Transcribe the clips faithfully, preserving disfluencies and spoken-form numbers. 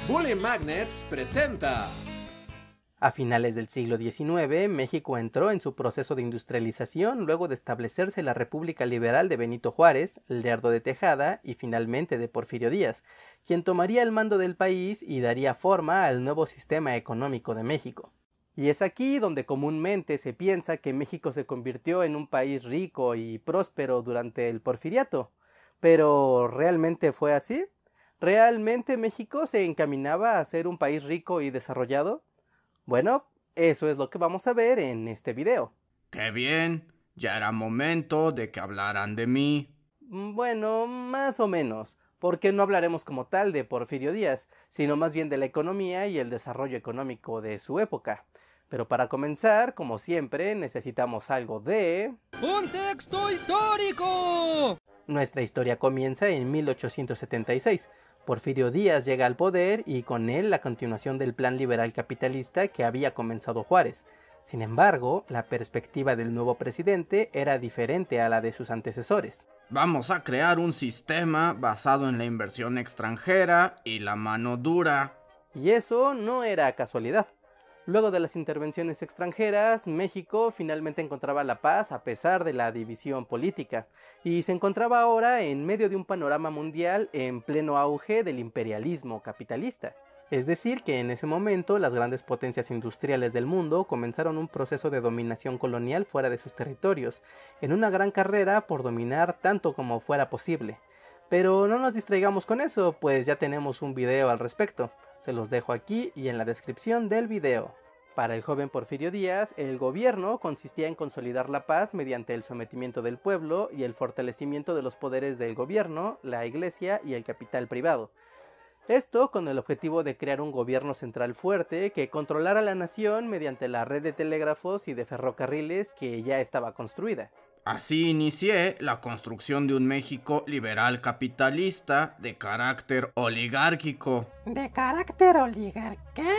Bully Magnets presenta. A finales del siglo diecinueve, México entró en su proceso de industrialización luego de establecerse la República Liberal de Benito Juárez, Lerdo de Tejada y finalmente de Porfirio Díaz, quien tomaría el mando del país y daría forma al nuevo sistema económico de México. Y es aquí donde comúnmente se piensa que México se convirtió en un país rico y próspero durante el Porfiriato. ¿Pero realmente fue así? ¿Realmente México se encaminaba a ser un país rico y desarrollado? Bueno, eso es lo que vamos a ver en este video. ¡Qué bien! Ya era momento de que hablaran de mí. Bueno, más o menos, porque no hablaremos como tal de Porfirio Díaz, sino más bien de la economía y el desarrollo económico de su época. Pero para comenzar, como siempre, necesitamos algo de... ¡Contexto histórico! Nuestra historia comienza en mil ochocientos setenta y seis. Porfirio Díaz llega al poder y con él la continuación del plan liberal capitalista que había comenzado Juárez. Sin embargo, la perspectiva del nuevo presidente era diferente a la de sus antecesores. Vamos a crear un sistema basado en la inversión extranjera y la mano dura. Y eso no era casualidad. Luego de las intervenciones extranjeras, México finalmente encontraba la paz a pesar de la división política, y se encontraba ahora en medio de un panorama mundial en pleno auge del imperialismo capitalista. Es decir, que en ese momento las grandes potencias industriales del mundo comenzaron un proceso de dominación colonial fuera de sus territorios, en una gran carrera por dominar tanto como fuera posible. Pero no nos distraigamos con eso, pues ya tenemos un video al respecto. Se los dejo aquí y en la descripción del video. Para el joven Porfirio Díaz, el gobierno consistía en consolidar la paz mediante el sometimiento del pueblo y el fortalecimiento de los poderes del gobierno, la iglesia y el capital privado. Esto con el objetivo de crear un gobierno central fuerte que controlara la nación mediante la red de telégrafos y de ferrocarriles que ya estaba construida. Así inicié la construcción de un México liberal capitalista de carácter oligárquico. ¿De carácter oligar qué?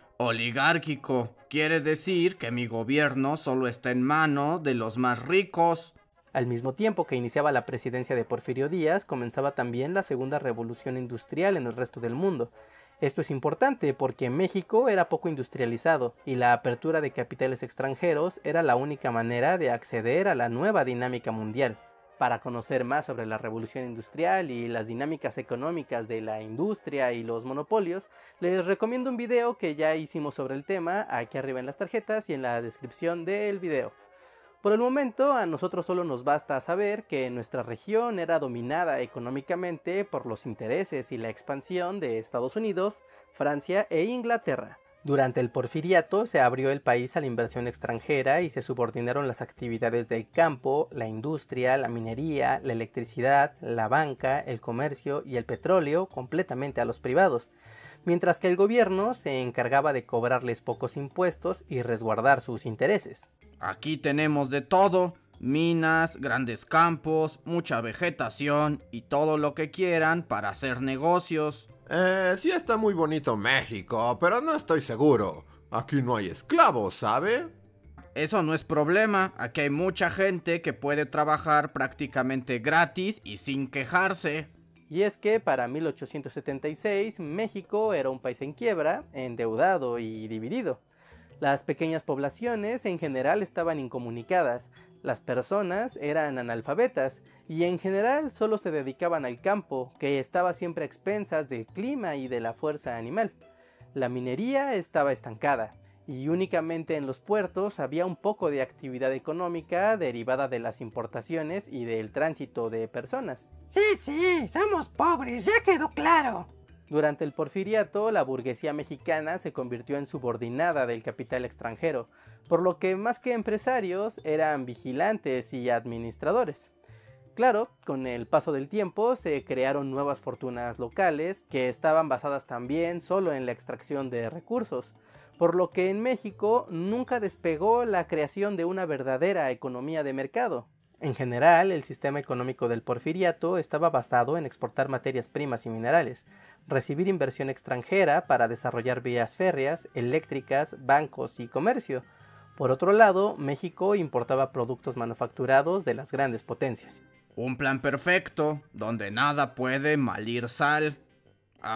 Oligárquico quiere decir que mi gobierno solo está en manos de los más ricos. Al mismo tiempo que iniciaba la presidencia de Porfirio Díaz, comenzaba también la segunda revolución industrial en el resto del mundo. Esto es importante porque México era poco industrializado y la apertura de capitales extranjeros era la única manera de acceder a la nueva dinámica mundial. Para conocer más sobre la revolución industrial y las dinámicas económicas de la industria y los monopolios, les recomiendo un video que ya hicimos sobre el tema aquí arriba en las tarjetas y en la descripción del video. Por el momento, a nosotros solo nos basta saber que nuestra región era dominada económicamente por los intereses y la expansión de Estados Unidos, Francia e Inglaterra. Durante el Porfiriato se abrió el país a la inversión extranjera y se subordinaron las actividades del campo, la industria, la minería, la electricidad, la banca, el comercio y el petróleo completamente a los privados, mientras que el gobierno se encargaba de cobrarles pocos impuestos y resguardar sus intereses. Aquí tenemos de todo, minas, grandes campos, mucha vegetación y todo lo que quieran para hacer negocios. Eh, sí está muy bonito México, pero no estoy seguro. Aquí no hay esclavos, ¿sabe? Eso no es problema, aquí hay mucha gente que puede trabajar prácticamente gratis y sin quejarse. Y es que para mil ochocientos setenta y seis, México era un país en quiebra, endeudado y dividido. Las pequeñas poblaciones en general estaban incomunicadas, las personas eran analfabetas y en general solo se dedicaban al campo, que estaba siempre a expensas del clima y de la fuerza animal. La minería estaba estancada y únicamente en los puertos había un poco de actividad económica derivada de las importaciones y del tránsito de personas. Sí, sí, somos pobres, ya quedó claro. Durante el Porfiriato, la burguesía mexicana se convirtió en subordinada del capital extranjero, por lo que más que empresarios eran vigilantes y administradores. Claro, con el paso del tiempo se crearon nuevas fortunas locales que estaban basadas también solo en la extracción de recursos, por lo que en México nunca despegó la creación de una verdadera economía de mercado. En general, el sistema económico del Porfiriato estaba basado en exportar materias primas y minerales, recibir inversión extranjera para desarrollar vías férreas, eléctricas, bancos y comercio. Por otro lado, México importaba productos manufacturados de las grandes potencias. Un plan perfecto, donde nada puede malir sal. Ay,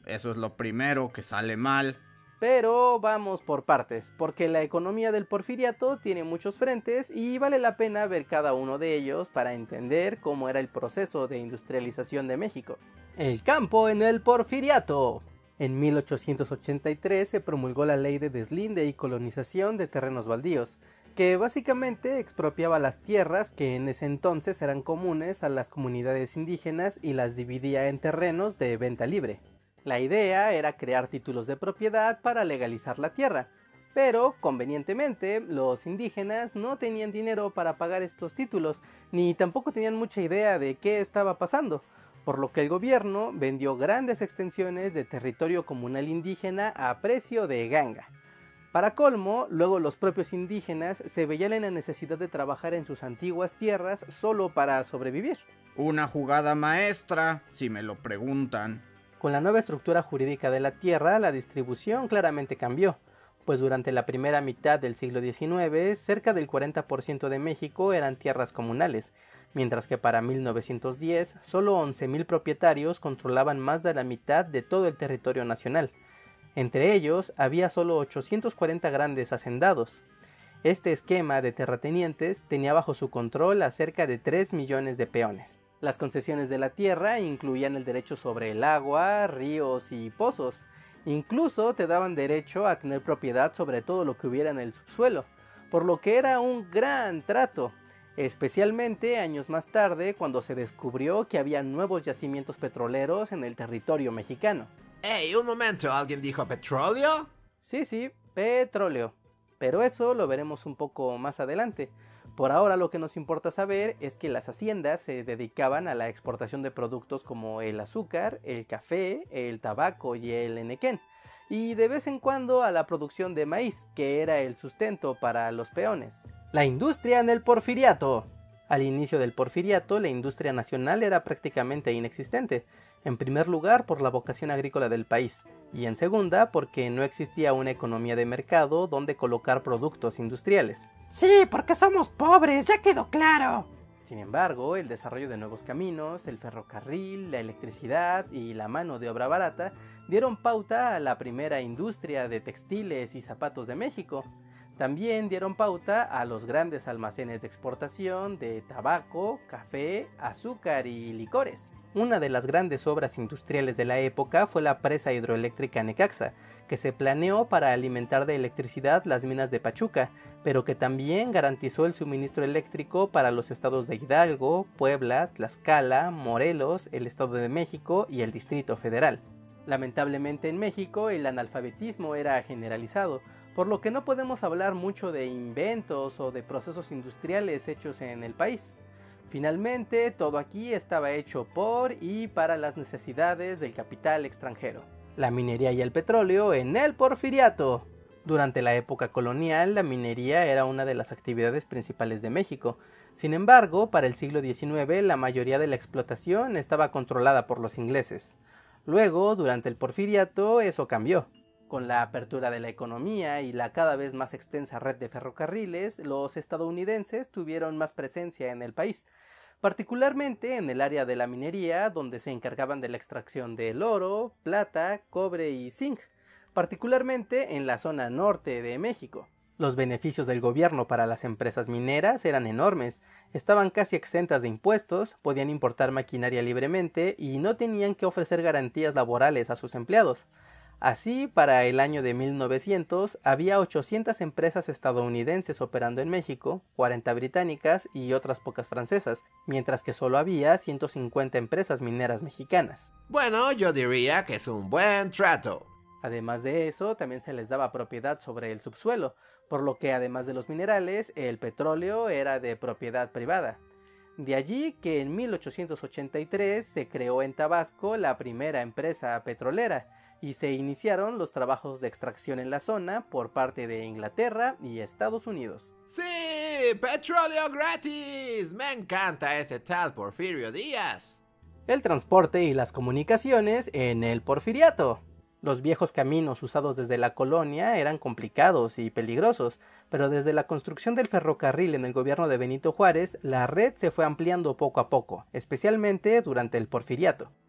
eso es lo primero que sale mal. Pero vamos por partes, porque la economía del Porfiriato tiene muchos frentes y vale la pena ver cada uno de ellos para entender cómo era el proceso de industrialización de México. El campo en el Porfiriato. En mil ochocientos ochenta y tres se promulgó la ley de deslinde y colonización de terrenos baldíos, que básicamente expropiaba las tierras que en ese entonces eran comunes a las comunidades indígenas y las dividía en terrenos de venta libre. La idea era crear títulos de propiedad para legalizar la tierra, pero convenientemente los indígenas no tenían dinero para pagar estos títulos, ni tampoco tenían mucha idea de qué estaba pasando, por lo que el gobierno vendió grandes extensiones de territorio comunal indígena a precio de ganga. Para colmo, luego los propios indígenas se veían en la necesidad de trabajar en sus antiguas tierras solo para sobrevivir. Una jugada maestra, si me lo preguntan. Con la nueva estructura jurídica de la tierra, la distribución claramente cambió, pues durante la primera mitad del siglo diecinueve, cerca del cuarenta por ciento de México eran tierras comunales, mientras que para mil novecientos diez, solo once mil propietarios controlaban más de la mitad de todo el territorio nacional. Entre ellos, había solo ochocientos cuarenta grandes hacendados. Este esquema de terratenientes tenía bajo su control a cerca de tres millones de peones. Las concesiones de la tierra incluían el derecho sobre el agua, ríos y pozos. Incluso te daban derecho a tener propiedad sobre todo lo que hubiera en el subsuelo, por lo que era un gran trato, especialmente años más tarde cuando se descubrió que había nuevos yacimientos petroleros en el territorio mexicano. ¡Ey, un momento! ¿Alguien dijo petróleo? Sí, sí, petróleo. Pero eso lo veremos un poco más adelante. Por ahora lo que nos importa saber es que las haciendas se dedicaban a la exportación de productos como el azúcar, el café, el tabaco y el henequén, y de vez en cuando a la producción de maíz, que era el sustento para los peones. La industria en el Porfiriato. Al inicio del Porfiriato, la industria nacional era prácticamente inexistente, en primer lugar por la vocación agrícola del país, y en segunda porque no existía una economía de mercado donde colocar productos industriales. Sí, porque somos pobres, ya quedó claro. Sin embargo, el desarrollo de nuevos caminos, el ferrocarril, la electricidad y la mano de obra barata dieron pauta a la primera industria de textiles y zapatos de México. También dieron pauta a los grandes almacenes de exportación de tabaco, café, azúcar y licores. Una de las grandes obras industriales de la época fue la presa hidroeléctrica Necaxa, que se planeó para alimentar de electricidad las minas de Pachuca, pero que también garantizó el suministro eléctrico para los estados de Hidalgo, Puebla, Tlaxcala, Morelos, el Estado de México y el Distrito Federal. Lamentablemente en México el analfabetismo era generalizado, por lo que no podemos hablar mucho de inventos o de procesos industriales hechos en el país. Finalmente, todo aquí estaba hecho por y para las necesidades del capital extranjero. La minería y el petróleo en el Porfiriato. Durante la época colonial, la minería era una de las actividades principales de México. Sin embargo, para el siglo diecinueve, la mayoría de la explotación estaba controlada por los ingleses. Luego, durante el Porfiriato, eso cambió. Con la apertura de la economía y la cada vez más extensa red de ferrocarriles, los estadounidenses tuvieron más presencia en el país, particularmente en el área de la minería, donde se encargaban de la extracción del oro, plata, cobre y zinc, particularmente en la zona norte de México. Los beneficios del gobierno para las empresas mineras eran enormes, estaban casi exentas de impuestos, podían importar maquinaria libremente y no tenían que ofrecer garantías laborales a sus empleados. Así, para el año de mil novecientos, había ochocientas empresas estadounidenses operando en México, cuarenta británicas y otras pocas francesas, mientras que solo había ciento cincuenta empresas mineras mexicanas. Bueno, yo diría que es un buen trato. Además de eso, también se les daba propiedad sobre el subsuelo, por lo que además de los minerales, el petróleo era de propiedad privada. De allí que en mil ochocientos ochenta y tres se creó en Tabasco la primera empresa petrolera, y se iniciaron los trabajos de extracción en la zona por parte de Inglaterra y Estados Unidos. ¡Sí! ¡Petróleo gratis! ¡Me encanta ese tal Porfirio Díaz! El transporte y las comunicaciones en el Porfiriato. Los viejos caminos usados desde la colonia eran complicados y peligrosos, pero desde la construcción del ferrocarril en el gobierno de Benito Juárez, la red se fue ampliando poco a poco, especialmente durante el Porfiriato.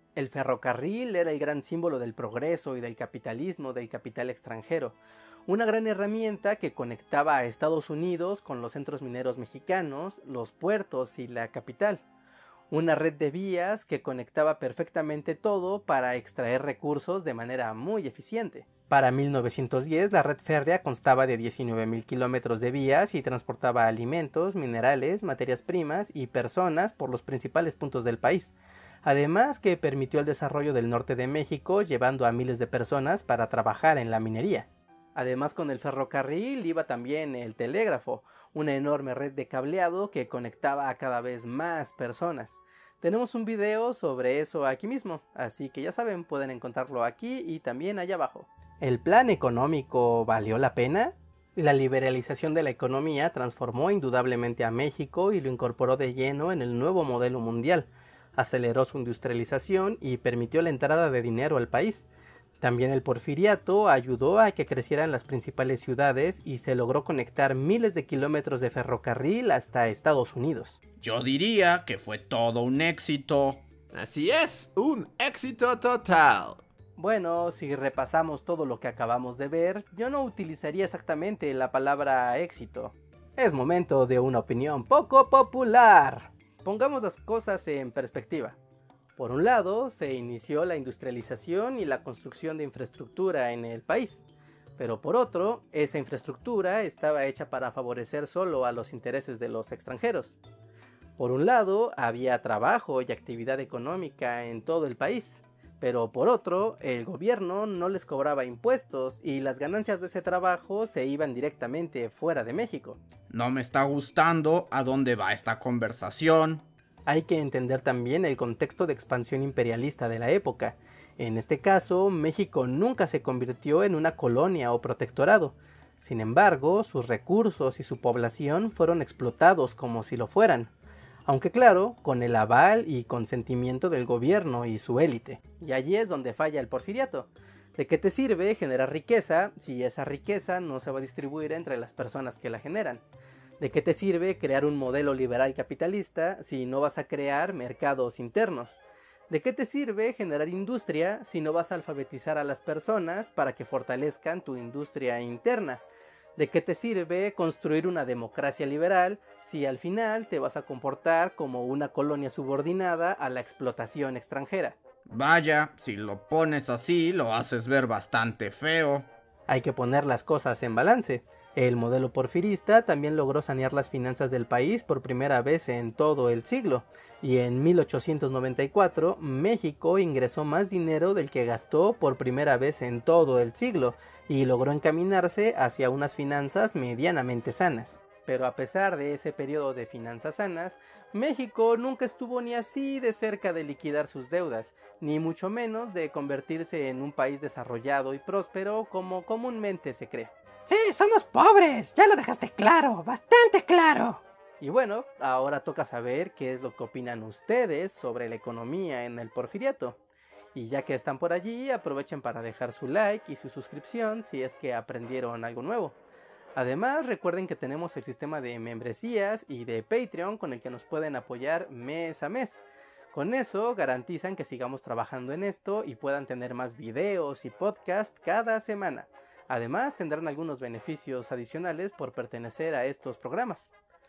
El ferrocarril era el gran símbolo del progreso y del capitalismo, del capital extranjero. Una gran herramienta que conectaba a Estados Unidos con los centros mineros mexicanos, los puertos y la capital. Una red de vías que conectaba perfectamente todo para extraer recursos de manera muy eficiente. Para mil novecientos diez, la red férrea constaba de diecinueve mil kilómetros de vías y transportaba alimentos, minerales, materias primas y personas por los principales puntos del país. Además que permitió el desarrollo del norte de México, llevando a miles de personas para trabajar en la minería. Además, con el ferrocarril iba también el telégrafo, una enorme red de cableado que conectaba a cada vez más personas. Tenemos un video sobre eso aquí mismo, así que ya saben, pueden encontrarlo aquí y también allá abajo. ¿El plan económico valió la pena? La liberalización de la economía transformó indudablemente a México y lo incorporó de lleno en el nuevo modelo mundial. Aceleró su industrialización y permitió la entrada de dinero al país. También el porfiriato ayudó a que crecieran las principales ciudades y se logró conectar miles de kilómetros de ferrocarril hasta Estados Unidos. Yo diría que fue todo un éxito. Así es, un éxito total. Bueno, si repasamos todo lo que acabamos de ver, yo no utilizaría exactamente la palabra éxito. Es momento de una opinión poco popular. Pongamos las cosas en perspectiva. Por un lado, se inició la industrialización y la construcción de infraestructura en el país, pero por otro, esa infraestructura estaba hecha para favorecer solo a los intereses de los extranjeros. Por un lado, había trabajo y actividad económica en todo el país, pero por otro, el gobierno no les cobraba impuestos y las ganancias de ese trabajo se iban directamente fuera de México. No me está gustando a dónde va esta conversación. Hay que entender también el contexto de expansión imperialista de la época. En este caso, México nunca se convirtió en una colonia o protectorado. Sin embargo, sus recursos y su población fueron explotados como si lo fueran. Aunque claro, con el aval y consentimiento del gobierno y su élite. Y allí es donde falla el porfiriato. ¿De qué te sirve generar riqueza si esa riqueza no se va a distribuir entre las personas que la generan? ¿De qué te sirve crear un modelo liberal capitalista si no vas a crear mercados internos? ¿De qué te sirve generar industria si no vas a alfabetizar a las personas para que fortalezcan tu industria interna? ¿De qué te sirve construir una democracia liberal si al final te vas a comportar como una colonia subordinada a la explotación extranjera? Vaya, si lo pones así, lo haces ver bastante feo. Hay que poner las cosas en balance. El modelo porfirista también logró sanear las finanzas del país por primera vez en todo el siglo, y en mil ochocientos noventa y cuatro México ingresó más dinero del que gastó por primera vez en todo el siglo, y logró encaminarse hacia unas finanzas medianamente sanas. Pero a pesar de ese periodo de finanzas sanas, México nunca estuvo ni así de cerca de liquidar sus deudas, ni mucho menos de convertirse en un país desarrollado y próspero como comúnmente se cree. Sí, somos pobres, ya lo dejaste claro, bastante claro. Y bueno, ahora toca saber qué es lo que opinan ustedes sobre la economía en el porfiriato. Y ya que están por allí, aprovechen para dejar su like y su suscripción si es que aprendieron algo nuevo. Además, recuerden que tenemos el sistema de membresías y de Patreon con el que nos pueden apoyar mes a mes. Con eso garantizan que sigamos trabajando en esto y puedan tener más videos y podcasts cada semana. Además, tendrán algunos beneficios adicionales por pertenecer a estos programas.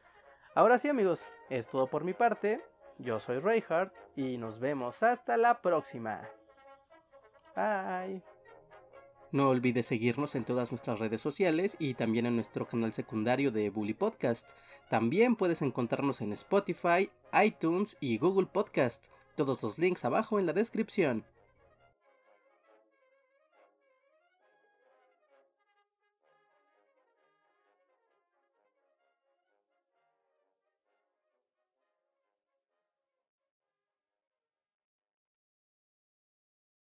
Ahora sí, amigos, es todo por mi parte. Yo soy Reinhardt y nos vemos hasta la próxima. Bye. No olvides seguirnos en todas nuestras redes sociales y también en nuestro canal secundario de Bully Podcast. También puedes encontrarnos en Spotify, iTunes y Google Podcast. Todos los links abajo en la descripción.